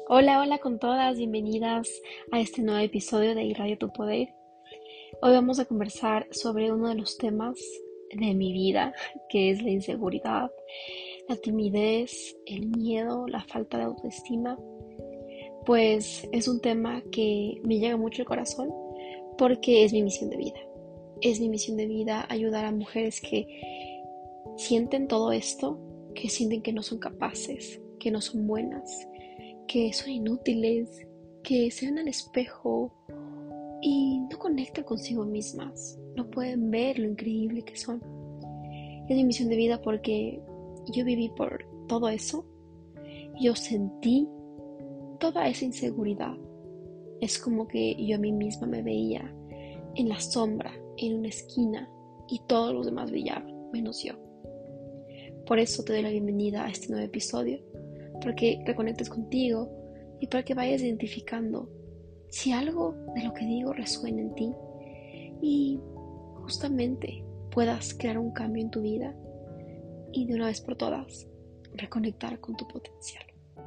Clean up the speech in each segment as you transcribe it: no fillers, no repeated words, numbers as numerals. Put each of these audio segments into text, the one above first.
Hola, hola con todas, bienvenidas a este nuevo episodio de Irradia tu Poder. Hoy vamos a conversar sobre uno de los temas de mi vida, que es la inseguridad, la timidez, el miedo, la falta de autoestima. Pues es un tema que me llega mucho al corazón porque es mi misión de vida. Es mi misión de vida ayudar a mujeres que sienten todo esto, que sienten que no son capaces, que no son buenas, que son inútiles, que se ven al espejo y no conectan consigo mismas, no pueden ver lo increíble que son. Es mi misión de vida porque yo viví por todo eso, yo sentí toda esa inseguridad. Es como que yo a mí misma me veía en la sombra, en una esquina, y todos los demás brillaban, menos yo. Por eso te doy la bienvenida a este nuevo episodio, para que reconectes contigo y para que vayas identificando si algo de lo que digo resuena en ti y justamente puedas crear un cambio en tu vida y de una vez por todas reconectar con tu potencial.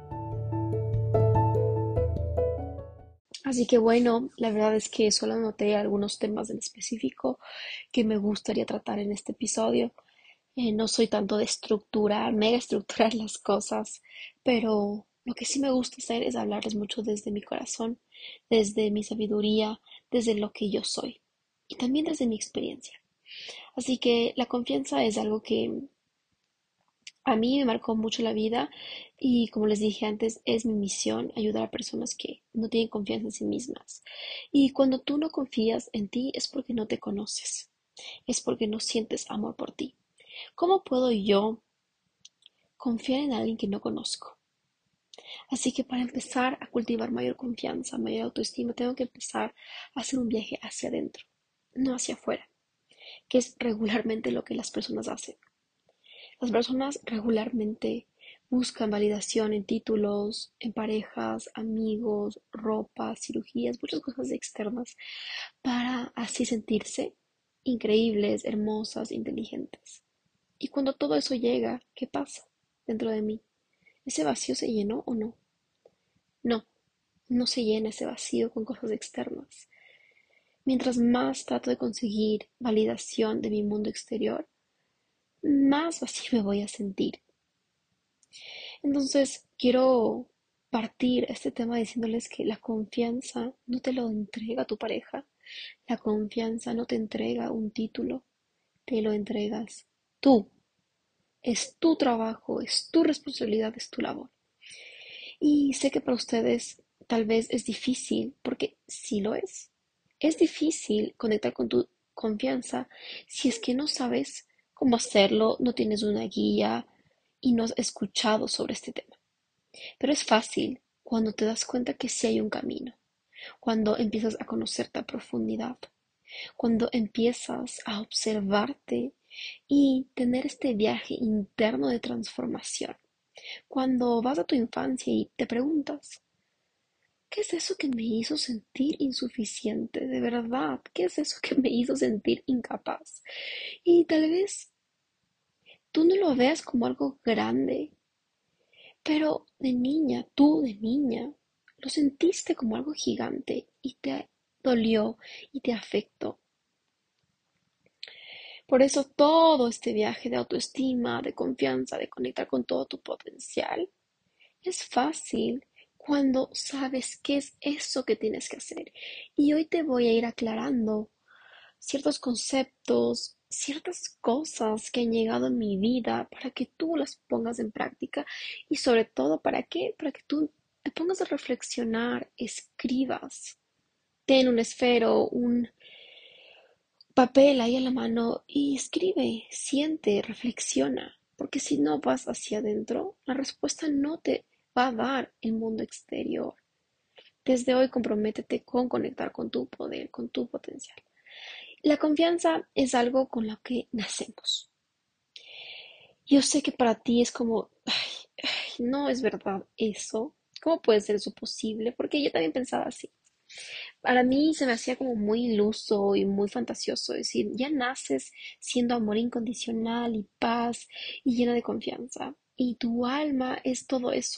Así que bueno, la verdad es que solo anoté algunos temas en específico que me gustaría tratar en este episodio. No soy tanto de estructurar, mega estructurar las cosas, pero lo que sí me gusta hacer es hablarles mucho desde mi corazón, desde mi sabiduría, desde lo que yo soy y también desde mi experiencia. Así que la confianza es algo que a mí me marcó mucho la vida y como les dije antes, es mi misión ayudar a personas que no tienen confianza en sí mismas. Y cuando tú no confías en ti es porque no te conoces, es porque no sientes amor por ti. ¿Cómo puedo yo confiar en alguien que no conozco? Así que para empezar a cultivar mayor confianza, mayor autoestima, tengo que empezar a hacer un viaje hacia adentro, no hacia afuera, que es regularmente lo que las personas hacen. Las personas regularmente buscan validación en títulos, en parejas, amigos, ropa, cirugías, muchas cosas externas para así sentirse increíbles, hermosas, inteligentes. Y cuando todo eso llega, ¿qué pasa dentro de mí? ¿Ese vacío se llenó o no? No, no se llena ese vacío con cosas externas. Mientras más trato de conseguir validación de mi mundo exterior, más vacío me voy a sentir. Entonces, quiero partir este tema diciéndoles que la confianza no te lo entrega tu pareja, la confianza no te entrega un título, te lo entregas tú. Es tu trabajo, es tu responsabilidad, es tu labor. Y sé que para ustedes tal vez es difícil, porque sí lo es. Es difícil conectar con tu confianza si es que no sabes cómo hacerlo, no tienes una guía y no has escuchado sobre este tema. Pero es fácil cuando te das cuenta que sí hay un camino, cuando empiezas a conocerte a profundidad, cuando empiezas a observarte y tener este viaje interno de transformación. Cuando vas a tu infancia y te preguntas, ¿qué es eso que me hizo sentir insuficiente? De verdad, ¿qué es eso que me hizo sentir incapaz? Y tal vez tú no lo veas como algo grande, pero de niña, tú de niña, lo sentiste como algo gigante y te dolió y te afectó. Por eso todo este viaje de autoestima, de confianza, de conectar con todo tu potencial, es fácil cuando sabes qué es eso que tienes que hacer. Y hoy te voy a ir aclarando ciertos conceptos, ciertas cosas que han llegado en mi vida para que tú las pongas en práctica y sobre todo para qué, para que tú te pongas a reflexionar, escribas, ten un esfero, un papel ahí a la mano y escribe, siente, reflexiona, porque si no vas hacia adentro, la respuesta no te va a dar el mundo exterior. Desde hoy comprométete con conectar con tu poder, con tu potencial. La confianza es algo con lo que nacemos. Yo sé que para ti es como, no es verdad eso. ¿Cómo puede ser eso posible? Porque yo también pensaba así. Para mí se me hacía como muy iluso y muy fantasioso decir, ya naces siendo amor incondicional y paz y llena de confianza. Y tu alma es todo eso.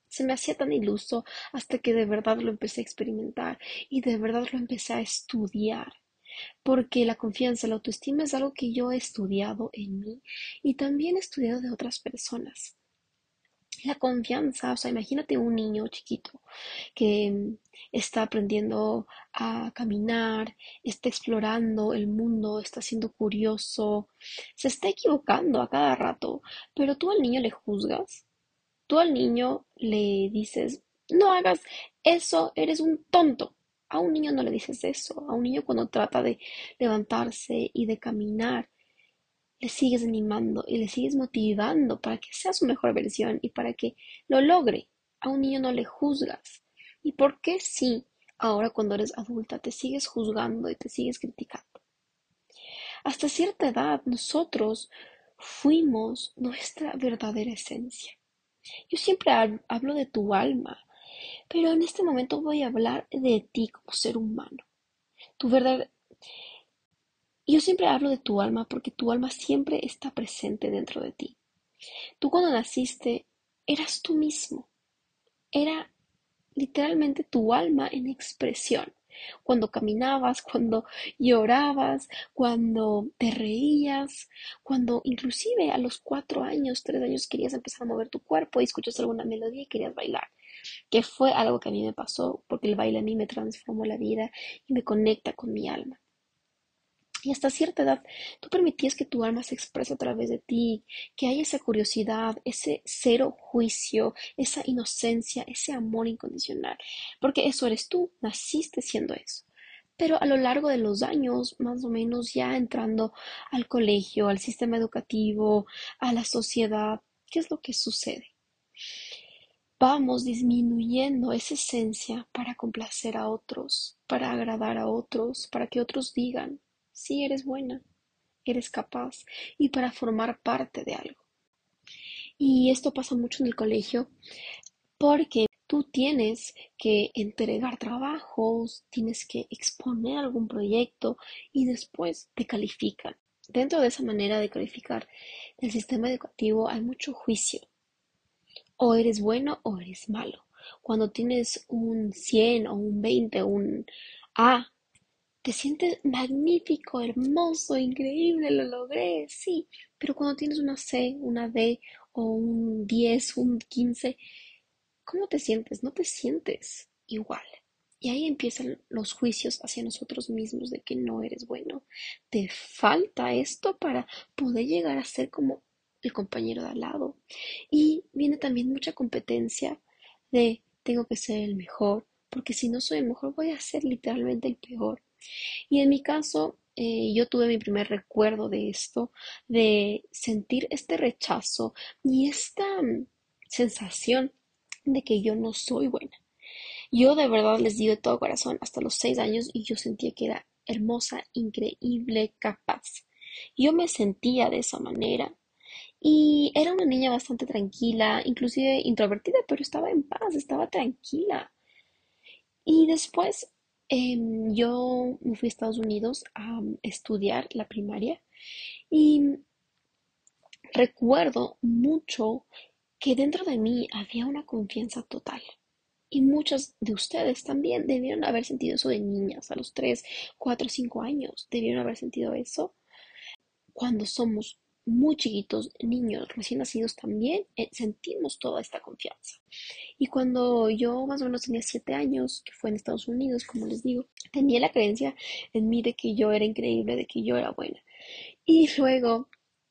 Se me hacía tan iluso hasta que de verdad lo empecé a experimentar y de verdad lo empecé a estudiar. Porque la confianza, la autoestima es algo que yo he estudiado en mí y también he estudiado de otras personas. La confianza, o sea, imagínate un niño chiquito que está aprendiendo a caminar, está explorando el mundo, está siendo curioso, se está equivocando a cada rato, pero tú al niño le juzgas, tú al niño le dices, no hagas eso, eres un tonto. A un niño no le dices eso, a un niño cuando trata de levantarse y de caminar, le sigues animando y le sigues motivando para que sea su mejor versión y para que lo logre. A un niño no le juzgas. ¿Y por qué sí? Ahora cuando eres adulta te sigues juzgando y te sigues criticando. Hasta cierta edad nosotros fuimos nuestra verdadera esencia. Yo siempre hablo de tu alma, pero en este momento voy a hablar de ti como ser humano. Tu verdad, yo siempre hablo de tu alma porque tu alma siempre está presente dentro de ti. Tú cuando naciste eras tú mismo, era literalmente tu alma en expresión. Cuando caminabas, cuando llorabas, cuando te reías, cuando inclusive a los 4 años, 3 años querías empezar a mover tu cuerpo y escuchas alguna melodía y querías bailar, que fue algo que a mí me pasó porque el baile a mí me transformó la vida y me conecta con mi alma. Y hasta cierta edad, tú permitías que tu alma se exprese a través de ti, que haya esa curiosidad, ese cero juicio, esa inocencia, ese amor incondicional, porque eso eres tú, naciste siendo eso. Pero a lo largo de los años, más o menos ya entrando al colegio, al sistema educativo, a la sociedad, ¿qué es lo que sucede? Vamos disminuyendo esa esencia para complacer a otros, para agradar a otros, para que otros digan, sí, eres buena, eres capaz, y para formar parte de algo. Y esto pasa mucho en el colegio porque tú tienes que entregar trabajos, tienes que exponer algún proyecto y después te califican. Dentro de esa manera de calificar del sistema educativo hay mucho juicio. O eres bueno o eres malo. Cuando tienes un 100 o un 20 o un A, te sientes magnífico, hermoso, increíble, lo logré, sí. Pero cuando tienes una C, una D o un 10, un 15, ¿cómo te sientes? No te sientes igual. Y ahí empiezan los juicios hacia nosotros mismos de que no eres bueno. Te falta esto para poder llegar a ser como el compañero de al lado. Y viene también mucha competencia de tengo que ser el mejor, porque si no soy el mejor voy a ser literalmente el peor. Y en mi caso, yo tuve mi primer recuerdo de esto, de sentir este rechazo y esta sensación de que yo no soy buena. Yo de verdad les digo de todo corazón, hasta los 6 años, y yo sentía que era hermosa, increíble, capaz. Yo me sentía de esa manera y era una niña bastante tranquila, inclusive introvertida, pero estaba en paz, estaba tranquila. Y después yo me fui a Estados Unidos a estudiar la primaria y recuerdo mucho que dentro de mí había una confianza total. Y muchos de ustedes también debieron haber sentido eso de niñas, a los 3, 4, 5 años, debieron haber sentido eso. Cuando somos muy chiquitos, niños recién nacidos también, sentimos toda esta confianza. Y cuando yo más o menos tenía 7 años, que fue en Estados Unidos, como les digo, tenía la creencia en mí de que yo era increíble, de que yo era buena. Y luego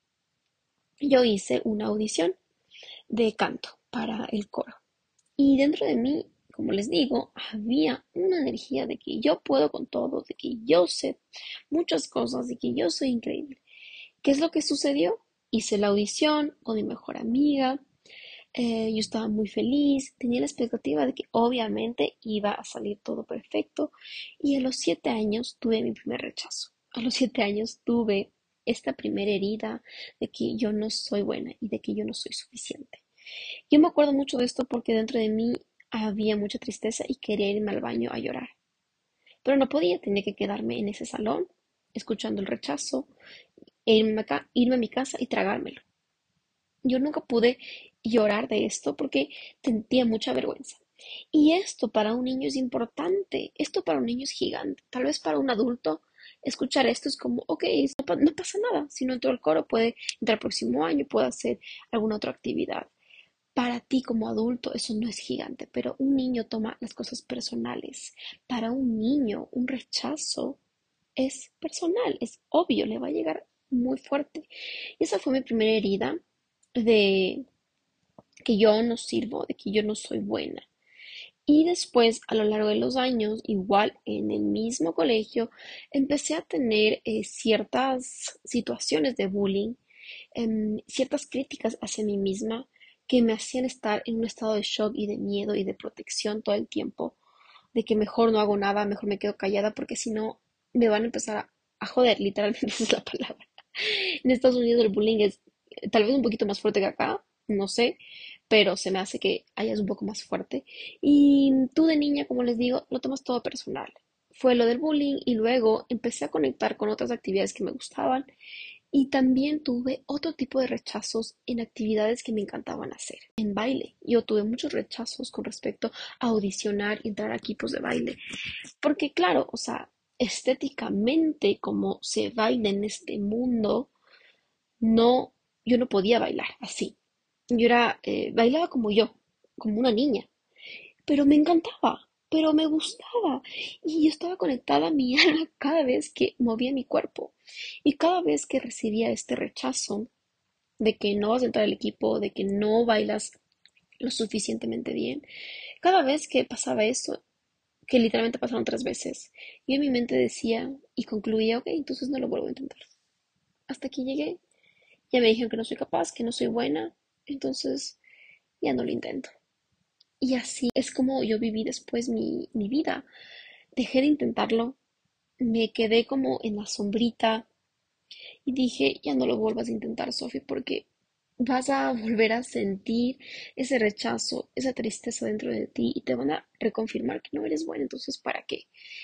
yo hice una audición de canto para el coro. Y dentro de mí, como les digo, había una energía de que yo puedo con todo, de que yo sé muchas cosas, de que yo soy increíble. ¿Qué es lo que sucedió? Hice la audición con mi mejor amiga. Yo estaba muy feliz, tenía la expectativa de que obviamente iba a salir todo perfecto y a los 7 años tuve mi primer rechazo. A los 7 años tuve esta primera herida de que yo no soy buena y de que yo no soy suficiente. Yo me acuerdo mucho de esto porque dentro de mí había mucha tristeza y quería irme al baño a llorar. Pero no podía, tenía que quedarme en ese salón escuchando el rechazo e irme a mi casa y tragármelo. Yo nunca pude llorar de esto porque sentía mucha vergüenza. Y esto para un niño es importante, esto para un niño es gigante. Tal vez para un adulto escuchar esto es como, ok, no pasa nada, si no entró al coro puede entrar el próximo año, puede hacer alguna otra actividad. Para ti como adulto eso no es gigante, pero un niño toma las cosas personales. Para un niño un rechazo es personal, es obvio, le va a llegar muy fuerte. Y esa fue mi primera herida de que yo no sirvo, de que yo no soy buena. Y después, a lo largo de los años, igual en el mismo colegio, empecé a tener ciertas situaciones de bullying, ciertas críticas hacia mí misma que me hacían estar en un estado de shock y de miedo y de protección todo el tiempo, de que mejor no hago nada, mejor me quedo callada porque si no me van a empezar a joder, literalmente esa es la palabra. En Estados Unidos el bullying es tal vez un poquito más fuerte que acá, no sé, pero se me hace que allá es un poco más fuerte. Y tú de niña, como les digo, lo tomas todo personal. Fue lo del bullying y luego empecé a conectar con otras actividades que me gustaban y también tuve otro tipo de rechazos en actividades que me encantaban hacer. En baile, yo tuve muchos rechazos con respecto a audicionar y entrar a equipos de baile. Porque claro, o sea, estéticamente como se baila en este mundo, no, yo no podía bailar así. Bailaba como yo, como una niña, pero me encantaba, pero me gustaba y yo estaba conectada a mi alma cada vez que movía mi cuerpo y cada vez que recibía este rechazo de que no vas a entrar al equipo, de que no bailas lo suficientemente bien, cada vez que pasaba eso, que literalmente pasaron 3 veces, yo en mi mente decía y concluía, ok, entonces no lo vuelvo a intentar. Hasta aquí llegué. Ya me dijeron que no soy capaz, que no soy buena, entonces ya no lo intento. Y así es como yo viví después mi vida. Dejé de intentarlo, me quedé como en la sombrita y dije, ya no lo vuelvas a intentar, Sophie, porque vas a volver a sentir ese rechazo, esa tristeza dentro de ti y te van a reconfirmar que no eres buena, entonces ¿para qué?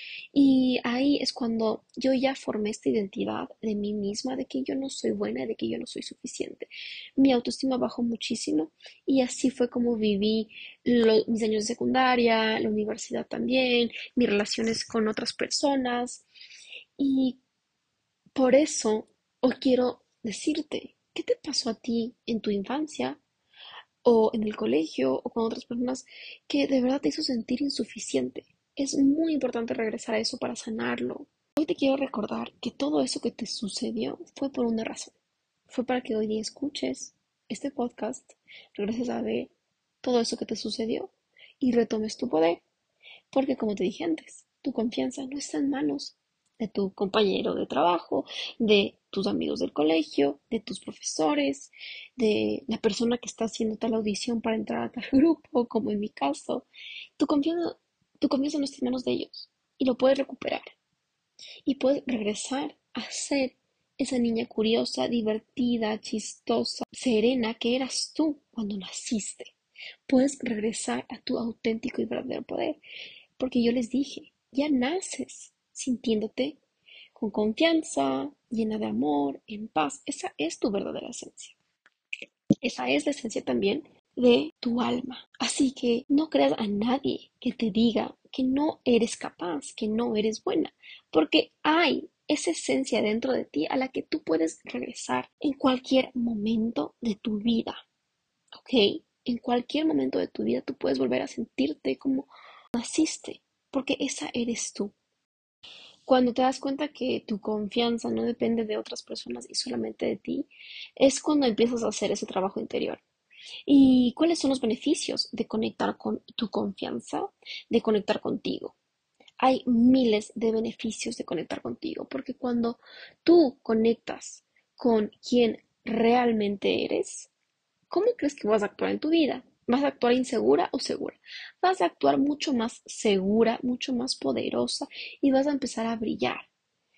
Y ahí es cuando yo ya formé esta identidad de mí misma, de que yo no soy buena, de que yo no soy suficiente. Mi autoestima bajó muchísimo y así fue como viví mis años de secundaria, la universidad también, mis relaciones con otras personas. Y por eso hoy quiero decirte, ¿qué te pasó a ti en tu infancia o en el colegio o con otras personas que de verdad te hizo sentir insuficiente? Es muy importante regresar a eso para sanarlo. Hoy te quiero recordar que todo eso que te sucedió fue por una razón. Fue para que hoy día escuches este podcast, regreses a ver todo eso que te sucedió y retomes tu poder. Porque como te dije antes, tu confianza no está en manos de tu compañero de trabajo, de tus amigos del colegio, de tus profesores, de la persona que está haciendo tal audición para entrar a tal grupo, como en mi caso. Tu confianza, tu confianza no está en manos de ellos y lo puedes recuperar y puedes regresar a ser esa niña curiosa, divertida, chistosa, serena que eras tú cuando naciste. Puedes regresar a tu auténtico y verdadero poder. Porque yo les dije, ya naces sintiéndote con confianza, llena de amor, en paz. Esa es tu verdadera esencia. Esa es la esencia también de tu alma. Así que no creas a nadie que te diga que no eres capaz, que no eres buena, porque hay esa esencia dentro de ti a la que tú puedes regresar en cualquier momento de tu vida, ¿ok? En cualquier momento de tu vida tú puedes volver a sentirte como naciste, porque esa eres tú. Cuando te das cuenta que tu confianza no depende de otras personas y solamente de ti, es cuando empiezas a hacer ese trabajo interior. ¿Y cuáles son los beneficios de conectar con tu confianza, de conectar contigo? Hay miles de beneficios de conectar contigo, porque cuando tú conectas con quien realmente eres, ¿cómo crees que vas a actuar en tu vida? ¿Vas a actuar insegura o segura? Vas a actuar mucho más segura, mucho más poderosa y vas a empezar a brillar.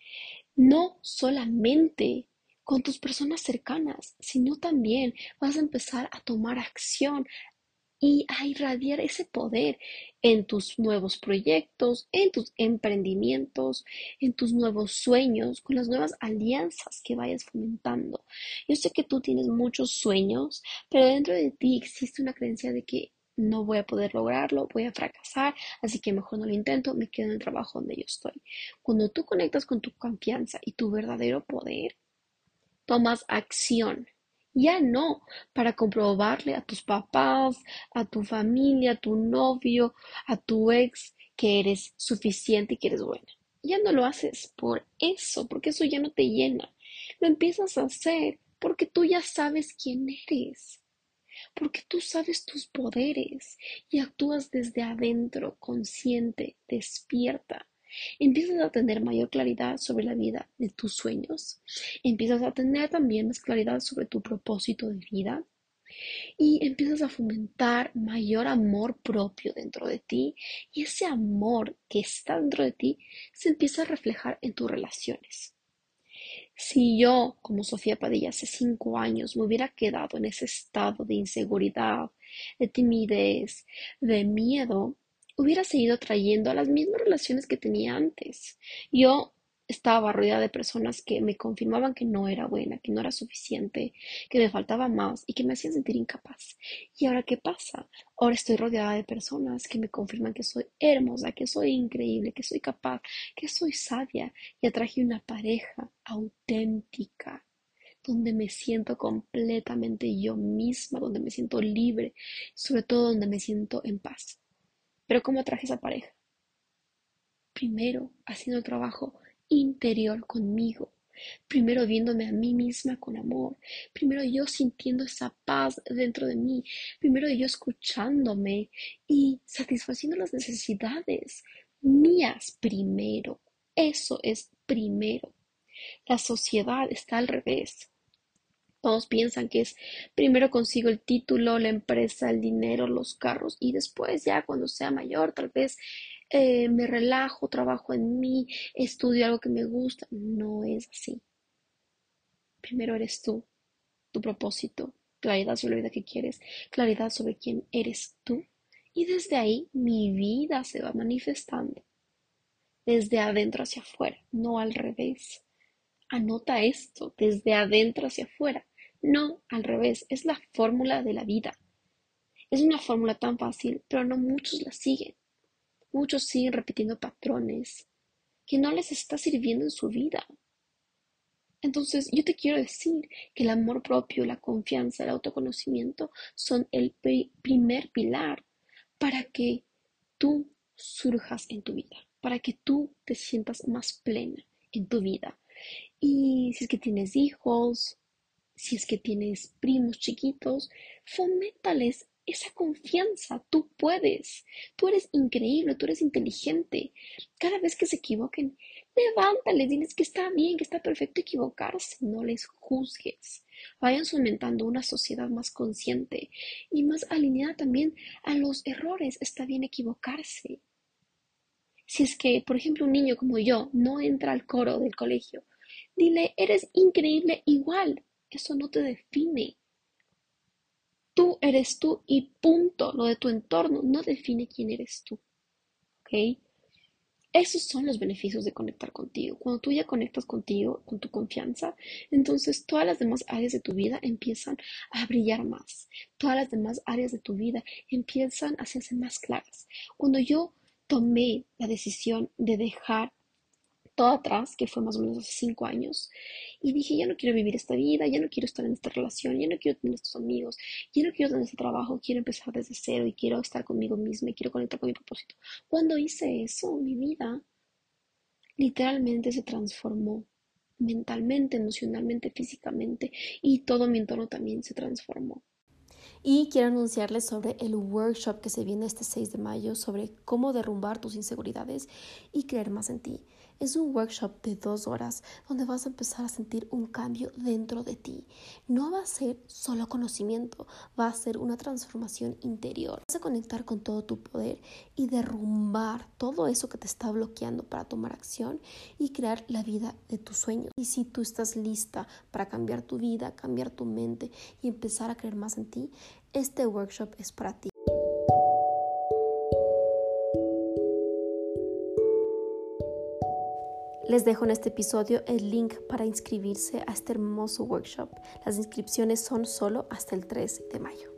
No solamente con tus personas cercanas, sino también vas a empezar a tomar acción, y a irradiar ese poder en tus nuevos proyectos, en tus emprendimientos, en tus nuevos sueños, con las nuevas alianzas que vayas fomentando. Yo sé que tú tienes muchos sueños, pero dentro de ti existe una creencia de que no voy a poder lograrlo, voy a fracasar, así que mejor no lo intento, me quedo en el trabajo donde yo estoy. Cuando tú conectas con tu confianza y tu verdadero poder, tomas acción. Ya no para comprobarle a tus papás, a tu familia, a tu novio, a tu ex que eres suficiente y que eres buena. Ya no lo haces por eso, porque eso ya no te llena. Lo empiezas a hacer porque tú ya sabes quién eres, porque tú sabes tus poderes y actúas desde adentro, consciente, despierta. Empiezas a tener mayor claridad sobre la vida de tus sueños. Empiezas a tener también más claridad sobre tu propósito de vida y empiezas a fomentar mayor amor propio dentro de ti y ese amor que está dentro de ti se empieza a reflejar en tus relaciones. Si yo, como Sofía Padilla, hace 5 años me hubiera quedado en ese estado de inseguridad, de timidez, de miedo, hubiera seguido trayendo a las mismas relaciones que tenía antes. Yo estaba rodeada de personas que me confirmaban que no era buena, que no era suficiente, que me faltaba más y que me hacían sentir incapaz. ¿Y ahora qué pasa? Ahora estoy rodeada de personas que me confirman que soy hermosa, que soy increíble, que soy capaz, que soy sabia y atraje una pareja auténtica, donde me siento completamente yo misma, donde me siento libre, sobre todo donde me siento en paz. Pero ¿cómo atraje esa pareja? Primero, haciendo el trabajo interior conmigo. Primero viéndome a mí misma con amor. Primero yo sintiendo esa paz dentro de mí. Primero yo escuchándome y satisfaciendo las necesidades mías primero. Eso es primero. La sociedad está al revés. Todos piensan que es primero consigo el título, la empresa, el dinero, los carros y después ya cuando sea mayor tal vez me relajo, trabajo en mí, estudio algo que me gusta. No es así. Primero eres tú, tu propósito, claridad sobre la vida que quieres, claridad sobre quién eres tú. Y desde ahí mi vida se va manifestando, desde adentro hacia afuera, no al revés. Anota esto, desde adentro hacia afuera, no al revés, es la fórmula de la vida. Es una fórmula tan fácil, pero no muchos la siguen. Muchos siguen repitiendo patrones que no les está sirviendo en su vida. Entonces, yo te quiero decir que el amor propio, la confianza, el autoconocimiento son el primer pilar para que tú surjas en tu vida, para que tú te sientas más plena en tu vida. Y si es que tienes hijos, si es que tienes primos chiquitos, foméntales esa confianza. Tú puedes, tú eres increíble, tú eres inteligente. Cada vez que se equivoquen, levántales, diles que está bien, que está perfecto equivocarse, no les juzgues. Vayan fomentando una sociedad más consciente y más alineada también a los errores. Está bien equivocarse. Si es que, por ejemplo, un niño como yo no entra al coro del colegio, dile, eres increíble igual. Eso no te define. Tú eres tú y punto. Lo de tu entorno no define quién eres tú. ¿Ok? Esos son los beneficios de conectar contigo. Cuando tú ya conectas contigo, con tu confianza, entonces todas las demás áreas de tu vida empiezan a brillar más. Todas las demás áreas de tu vida empiezan a hacerse más claras. Cuando yo tomé la decisión de dejar todo atrás, que fue más o menos hace 5 años, y dije, ya no quiero vivir esta vida, ya no quiero estar en esta relación, ya no quiero tener estos amigos, ya no quiero tener este trabajo, quiero empezar desde cero y quiero estar conmigo misma y quiero conectar con mi propósito. Cuando hice eso, mi vida literalmente se transformó mentalmente, emocionalmente, físicamente y todo mi entorno también se transformó. Y quiero anunciarles sobre el workshop que se viene este 6 de mayo sobre cómo derrumbar tus inseguridades y creer más en ti. Es un workshop de 2 horas donde vas a empezar a sentir un cambio dentro de ti. No va a ser solo conocimiento, va a ser una transformación interior. Vas a conectar con todo tu poder y derrumbar todo eso que te está bloqueando para tomar acción y crear la vida de tus sueños. Y si tú estás lista para cambiar tu vida, cambiar tu mente y empezar a creer más en ti, este workshop es para ti. Les dejo en este episodio el link para inscribirse a este hermoso workshop. Las inscripciones son solo hasta el 3 de mayo.